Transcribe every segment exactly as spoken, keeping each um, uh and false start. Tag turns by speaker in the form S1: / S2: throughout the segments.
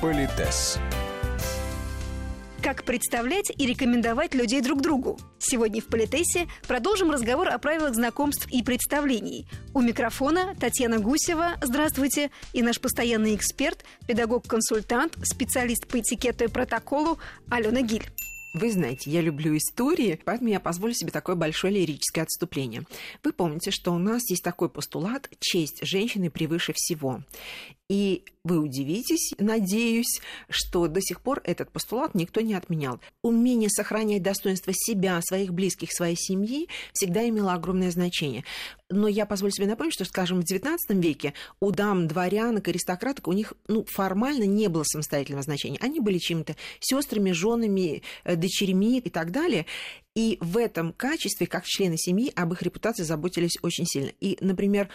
S1: Политес.
S2: Как представлять и рекомендовать людей друг другу? Сегодня в Политесе продолжим разговор о правилах знакомств и представлений. У микрофона Татьяна Гусева, здравствуйте, и наш постоянный эксперт, педагог-консультант, специалист по этикету и протоколу Алена Гиль.
S3: Вы знаете, я люблю истории, поэтому я позволю себе такое большое лирическое отступление. Вы помните, что у нас есть такой постулат «честь женщины превыше всего». И вы удивитесь, надеюсь, что до сих пор этот постулат никто не отменял. Умение сохранять достоинство себя, своих близких, своей семьи всегда имело огромное значение. Но я позволю себе напомнить, что, скажем, в девятнадцатом веке у дам, дворянок, аристократок у них ну, формально не было самостоятельного значения. Они были чем-то сестрами, женами, дочерьми и так далее. И в этом качестве, как члены семьи, об их репутации заботились очень сильно. И, например,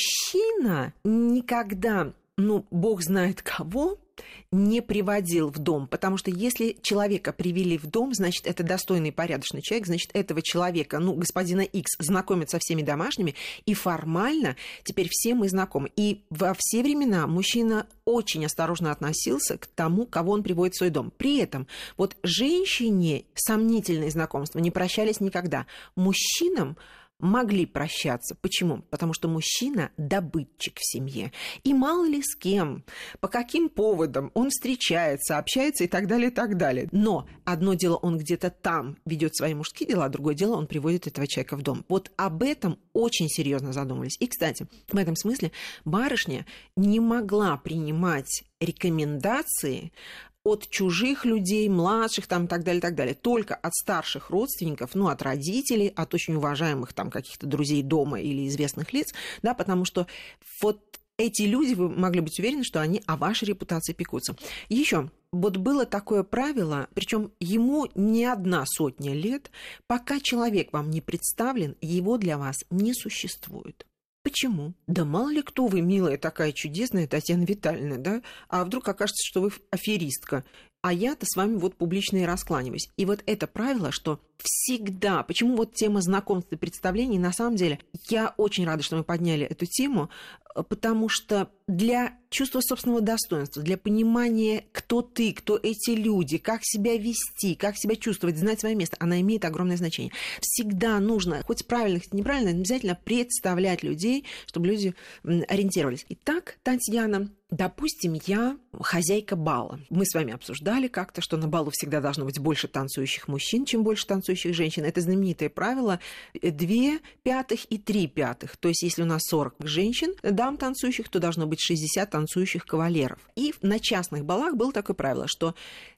S3: мужчина никогда, ну, бог знает кого, не приводил в дом, потому что если человека привели в дом, значит, это достойный, порядочный человек, значит, этого человека, ну, господина Икс, знакомят со всеми домашними, и формально теперь все мы знакомы. И во все времена мужчина очень осторожно относился к тому, кого он приводит в свой дом. При этом вот женщине сомнительные знакомства не прощались никогда. Мужчинам могли прощаться. Почему? Потому что мужчина – добытчик в семье. И мало ли с кем, по каким поводам он встречается, общается и так далее, и так далее. Но одно дело, он где-то там ведет свои мужские дела, а другое дело, он приводит этого человека в дом. Вот об этом очень серьезно задумались. И, кстати, в этом смысле барышня не могла принимать рекомендации от чужих людей, младших там, и так далее, и так далее. Только от старших родственников, ну, от родителей, от очень уважаемых там каких-то друзей дома или известных лиц, да, потому что вот эти люди, вы могли быть уверены, что они о вашей репутации пекутся. Еще вот было такое правило, причем ему не одна сотня лет, пока человек вам не представлен, его для вас не существует. Почему? Да мало ли кто вы, милая такая чудесная Татьяна Витальевна, да? А вдруг окажется, что вы аферистка, а я-то с вами вот публично и раскланиваюсь. И вот это правило, что всегда... Почему вот тема знакомств и представлений, на самом деле, я очень рада, что мы подняли эту тему, потому что для чувства собственного достоинства, для понимания, кто ты, кто эти люди, как себя вести, как себя чувствовать, знать свое место, она имеет огромное значение. Всегда нужно, хоть правильно, хоть неправильно, обязательно представлять людей, чтобы люди ориентировались. Итак, Татьяна, допустим, я хозяйка бала. Мы с вами обсуждали как-то, что на балу всегда должно быть больше танцующих мужчин, чем больше танцующих женщин. Это знаменитое правило две пятых и три пятых. То есть, если у нас сорок женщин, дам танцующих, то должно быть шестьдесят танцующих кавалеров. И на частных балах было такое правило, что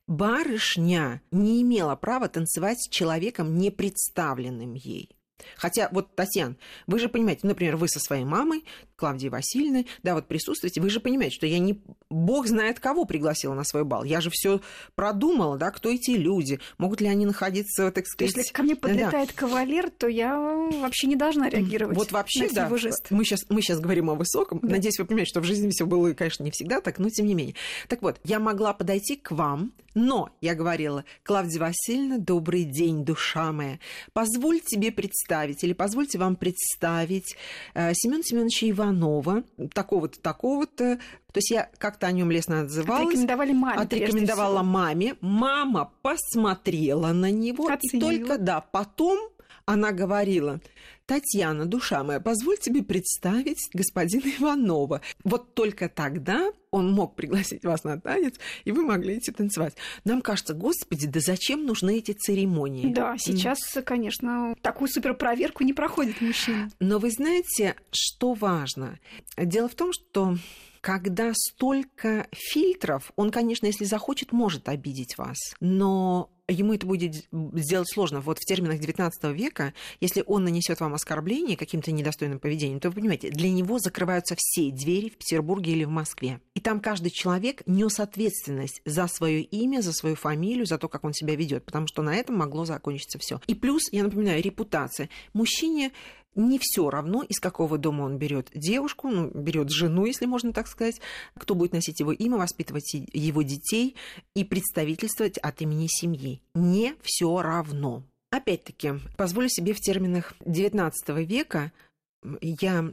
S3: барышня не имела права танцевать с человеком, не представленным ей. Хотя, вот, Татьяна, вы же понимаете, например, вы со своей мамой, Клавдией Васильевной, да, вот присутствуете, вы же понимаете, что я не бог знает кого пригласила на свой бал. Я же все продумала, да, кто эти люди, могут ли они находиться, так сказать...
S2: Если ко мне подлетает да. кавалер, то я вообще не должна реагировать
S3: вот вообще,
S2: на
S3: да,
S2: его жест.
S3: Мы сейчас, мы сейчас говорим о высоком. Да. Надеюсь, вы понимаете, что в жизни все было, конечно, не всегда так, но тем не менее. Так вот, я могла подойти к вам, но я говорила: Клавдия Васильевна, добрый день, душа моя. Позволь тебе представить, или позвольте вам представить э, Семёна Семёновича Иванова, такого-то, такого-то. То есть я как-то о нем лестно отзывалась.
S2: Отрекомендовали маме.
S3: Отрекомендовала маме. Мама посмотрела на него. Оценила. И только, да, потом она говорила: Татьяна, душа моя, позволь тебе представить господина Иванова. Вот только тогда он мог пригласить вас на танец, и вы могли идти танцевать. Нам кажется, господи, да зачем нужны эти церемонии?
S2: Да, сейчас, mm. конечно, такую суперпроверку не проходит мужчина.
S3: Но вы знаете, что важно? Дело в том, что когда столько фильтров, он, конечно, если захочет, может обидеть вас, но ему это будет сделать сложно. Вот в терминах девятнадцатого века, если он нанесет вам оскорбление каким-то недостойным поведением, то вы понимаете, для него закрываются все двери в Петербурге или в Москве. И там каждый человек нес ответственность за свое имя, за свою фамилию, за то, как он себя ведет, потому что на этом могло закончиться все. И плюс, я напоминаю, репутация. Мужчине не все равно, из какого дома он берет девушку, ну, берет жену, если можно так сказать, кто будет носить его имя, воспитывать его детей и представительствовать от имени семьи. Не все равно. Опять-таки, позволю себе в терминах девятнадцатого века, я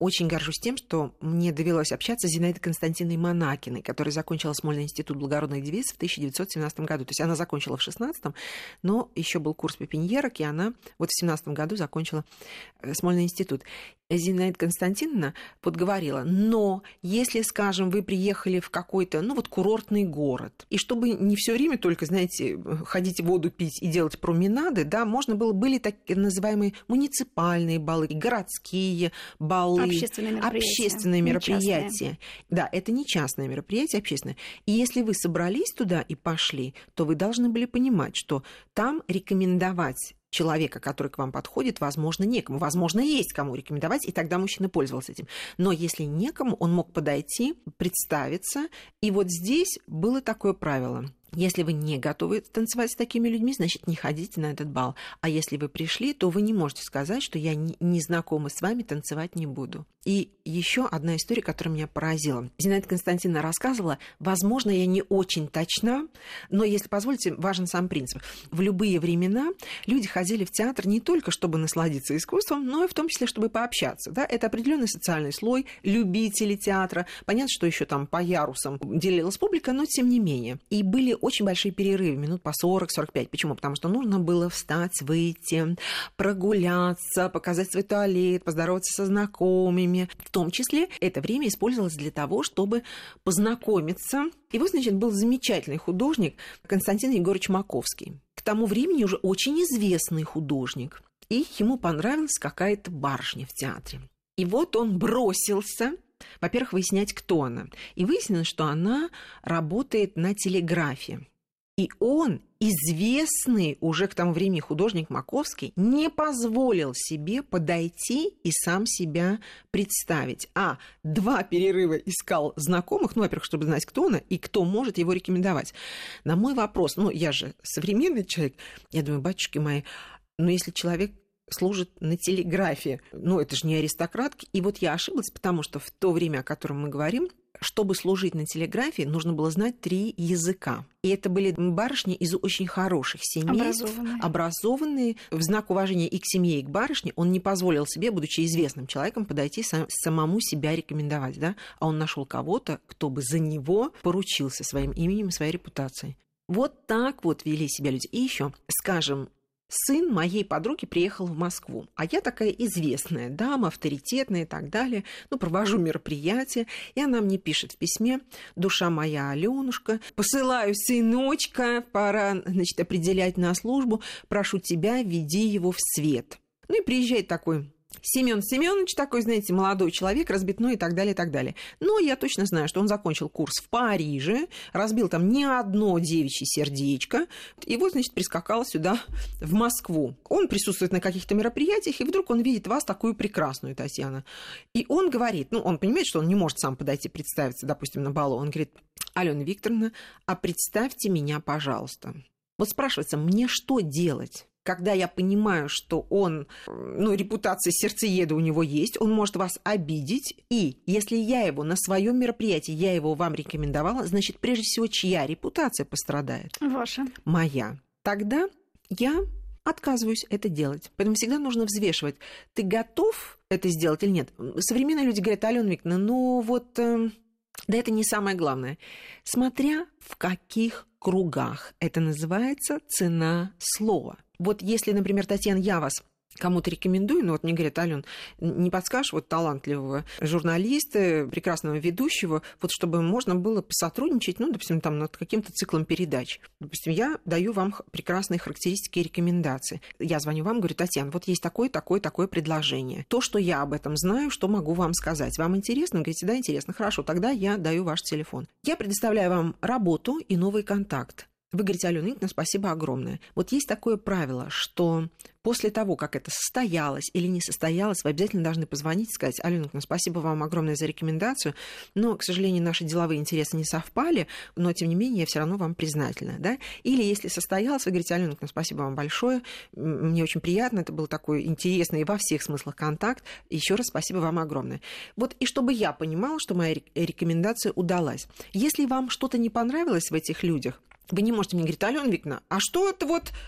S3: очень горжусь тем, что мне довелось общаться с Зинаидой Константиновной Монакиной, которая закончила Смольный институт благородных девиц в тысяча девятьсот семнадцатом году. То есть она закончила в шестнадцатом, но еще был курс пепеньерок, и она вот в семнадцатом году закончила Смольный институт. Зинаида Константиновна подговорила, но если, скажем, вы приехали в какой-то, ну вот, курортный город, и чтобы не все время только, знаете, ходить воду пить и делать променады, да, можно было, были так называемые муниципальные балы, городские балы,
S2: общественные мероприятия.
S3: Общественные мероприятия. Да, это не частное мероприятие, общественное. И если вы собрались туда и пошли, то вы должны были понимать, что там рекомендовать человека, который к вам подходит, возможно, некому. Возможно, есть кому рекомендовать, и тогда мужчина пользовался этим. Но если некому, он мог подойти, представиться. И вот здесь было такое правило. Если вы не готовы танцевать с такими людьми, значит, не ходите на этот бал. А если вы пришли, то вы не можете сказать, что я не знакома с вами, танцевать не буду. И еще одна история, которая меня поразила. Зинаида Константиновна рассказывала, возможно, я не очень точна, но, если позволите, важен сам принцип. В любые времена люди ходили в театр не только, чтобы насладиться искусством, но и в том числе, чтобы пообщаться. Да? Это определенный социальный слой, любители театра. Понятно, что еще там по ярусам делилась публика, но тем не менее. И были очень большие перерывы, минут по сорок-сорок пять. Почему? Потому что нужно было встать, выйти, прогуляться, показать свой туалет, поздороваться со знакомыми. В том числе это время использовалось для того, чтобы познакомиться. И вот, значит, был замечательный художник Константин Егорович Маковский. К тому времени уже очень известный художник. И ему понравилась какая-то барышня в театре. И вот он бросился... Во-первых, выяснять, кто она. И выяснилось, что она работает на телеграфе. И он, известный уже к тому времени художник Маковский, не позволил себе подойти и сам себя представить. А два перерыва искал знакомых, ну, во-первых, чтобы знать, кто она и кто может его рекомендовать. На мой вопрос, ну, я же современный человек, я думаю, батюшки мои, ну, если человек служит на телеграфе. Ну, это же не аристократки. И вот я ошиблась, потому что в то время, о котором мы говорим, чтобы служить на телеграфе, нужно было знать три языка. И это были барышни из очень хороших семейств, образованные. образованные. В знак уважения и к семье, и к барышне он не позволил себе, будучи известным человеком, подойти сам, самому себя рекомендовать. Да? А он нашел кого-то, кто бы за него поручился своим именем и своей репутацией. Вот так вот вели себя люди. И еще, скажем, сын моей подруги приехал в Москву, а я такая известная дама, авторитетная и так далее. Ну, провожу мероприятие, и она мне пишет в письме: «Душа моя, Алёнушка, посылаю сыночка, пора, значит, определять на службу, прошу тебя, веди его в свет». Ну, и приезжает такой Семён Семёнович, такой, знаете, молодой человек, разбитной и так далее, и так далее. Но я точно знаю, что он закончил курс в Париже, разбил там не одно девичье сердечко, и вот, значит, прискакал сюда, в Москву. Он присутствует на каких-то мероприятиях, и вдруг он видит вас, такую прекрасную, Татьяна. И он говорит, ну, он понимает, что он не может сам подойти представиться, допустим, на балу. Он говорит: «Алёна Викторовна, а представьте меня, пожалуйста». Вот спрашивается, мне что делать? Когда я понимаю, что он, ну, репутация сердцееда у него есть, он может вас обидеть, и если я его на своем мероприятии, я его вам рекомендовала, значит, прежде всего, чья репутация пострадает?
S2: Ваша.
S3: Моя. Тогда я отказываюсь это делать. Поэтому всегда нужно взвешивать, ты готов это сделать или нет. Современные люди говорят: «Алёна Викторовна, ну вот, э, да это не самое главное». Смотря в каких кругах. Это называется цена слова. Вот если, например, Татьяна, я вас кому-то рекомендую, ну вот мне говорят: «Алён, не подскажешь вот талантливого журналиста, прекрасного ведущего, вот чтобы можно было посотрудничать, ну, допустим, там над каким-то циклом передач». Допустим, я даю вам прекрасные характеристики и рекомендации. Я звоню вам, говорю: «Татьяна, вот есть такое, такое, такое предложение. То, что я об этом знаю, что могу вам сказать. Вам интересно?» Вы говорите: «Да, интересно». Хорошо, тогда я даю ваш телефон. Я предоставляю вам работу и новый контакт. Вы говорите: «Алёна Викторовна, спасибо огромное». Вот есть такое правило, что после того, как это состоялось или не состоялось, вы обязательно должны позвонить и сказать: «Алёна Викторовна, спасибо вам огромное за рекомендацию, но, к сожалению, наши деловые интересы не совпали, но, тем не менее, я все равно вам признательна». Да? Или, если состоялось, вы говорите: «Алёна Викторовна, спасибо вам большое, мне очень приятно, это был такой интересный во всех смыслах контакт, еще раз спасибо вам огромное». Вот, и чтобы я понимала, что моя рекомендация удалась. Если вам что-то не понравилось в этих людях, вы не можете мне говорить: «Алёна Викторовна, а что это вот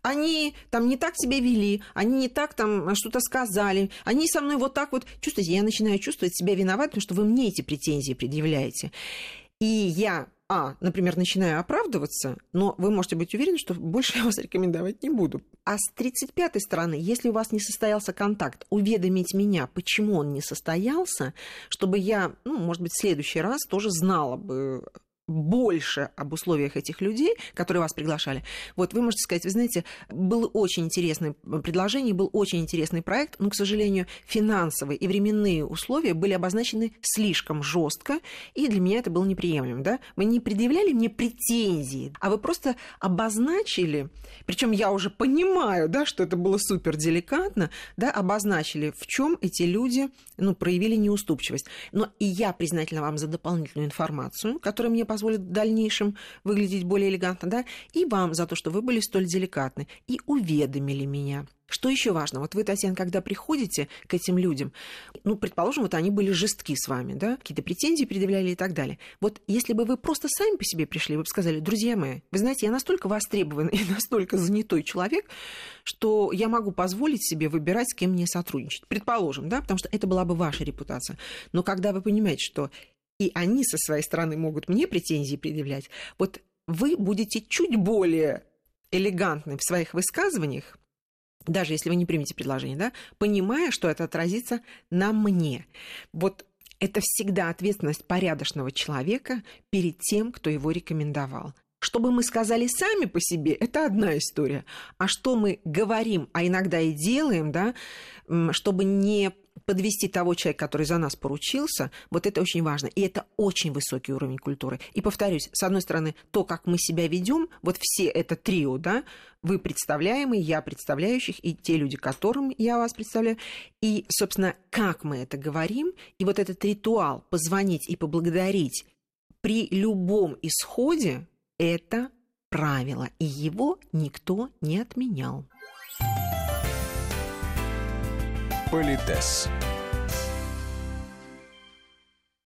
S3: они там не так себя вели, они не так там что-то сказали, они со мной вот так вот, чувствуете, я начинаю чувствовать себя виноватой, потому что вы мне эти претензии предъявляете. И я, а, например, начинаю оправдываться, но вы можете быть уверены, что больше я вас рекомендовать не буду. А с тридцать пятой стороны, если у вас не состоялся контакт, уведомить меня, почему он не состоялся, чтобы я, ну, может быть, в следующий раз тоже знала бы больше об условиях этих людей, которые вас приглашали. Вот вы можете сказать, вы знаете, было очень интересное предложение, был очень интересный проект, но, к сожалению, финансовые и временные условия были обозначены слишком жестко, и для меня это было неприемлемо. Да? Вы не предъявляли мне претензии, а вы просто обозначили, причем я уже понимаю, да, что это было супер деликатно, да, обозначили, в чем эти люди, ну, проявили неуступчивость. Но и я признательна вам за дополнительную информацию, которая мне позволит в дальнейшем выглядеть более элегантно, да, и вам за то, что вы были столь деликатны и уведомили меня. Что еще важно? Вот вы, Татьяна, когда приходите к этим людям, ну, предположим, вот они были жестки с вами, да, какие-то претензии предъявляли и так далее. Вот если бы вы просто сами по себе пришли, вы бы сказали, друзья мои, вы знаете, я настолько востребованный и настолько занятой человек, что я могу позволить себе выбирать, с кем мне сотрудничать. Предположим, да, потому что это была бы ваша репутация. Но когда вы понимаете, что и они со своей стороны могут мне претензии предъявлять, вот вы будете чуть более элегантны в своих высказываниях, даже если вы не примете предложение, да, понимая, что это отразится на мне. Вот это всегда ответственность порядочного человека перед тем, кто его рекомендовал. Что бы мы сказали сами по себе, это одна история. А что мы говорим, а иногда и делаем, да, чтобы не подвести того человека, который за нас поручился, вот это очень важно. И это очень высокий уровень культуры. И повторюсь, с одной стороны, то, как мы себя ведем, вот все это трио, да, вы представляемые, я представляющих, и те люди, которым я вас представляю, и, собственно, как мы это говорим, и вот этот ритуал позвонить и поблагодарить при любом исходе, это правило, и его никто не отменял.
S1: Политес.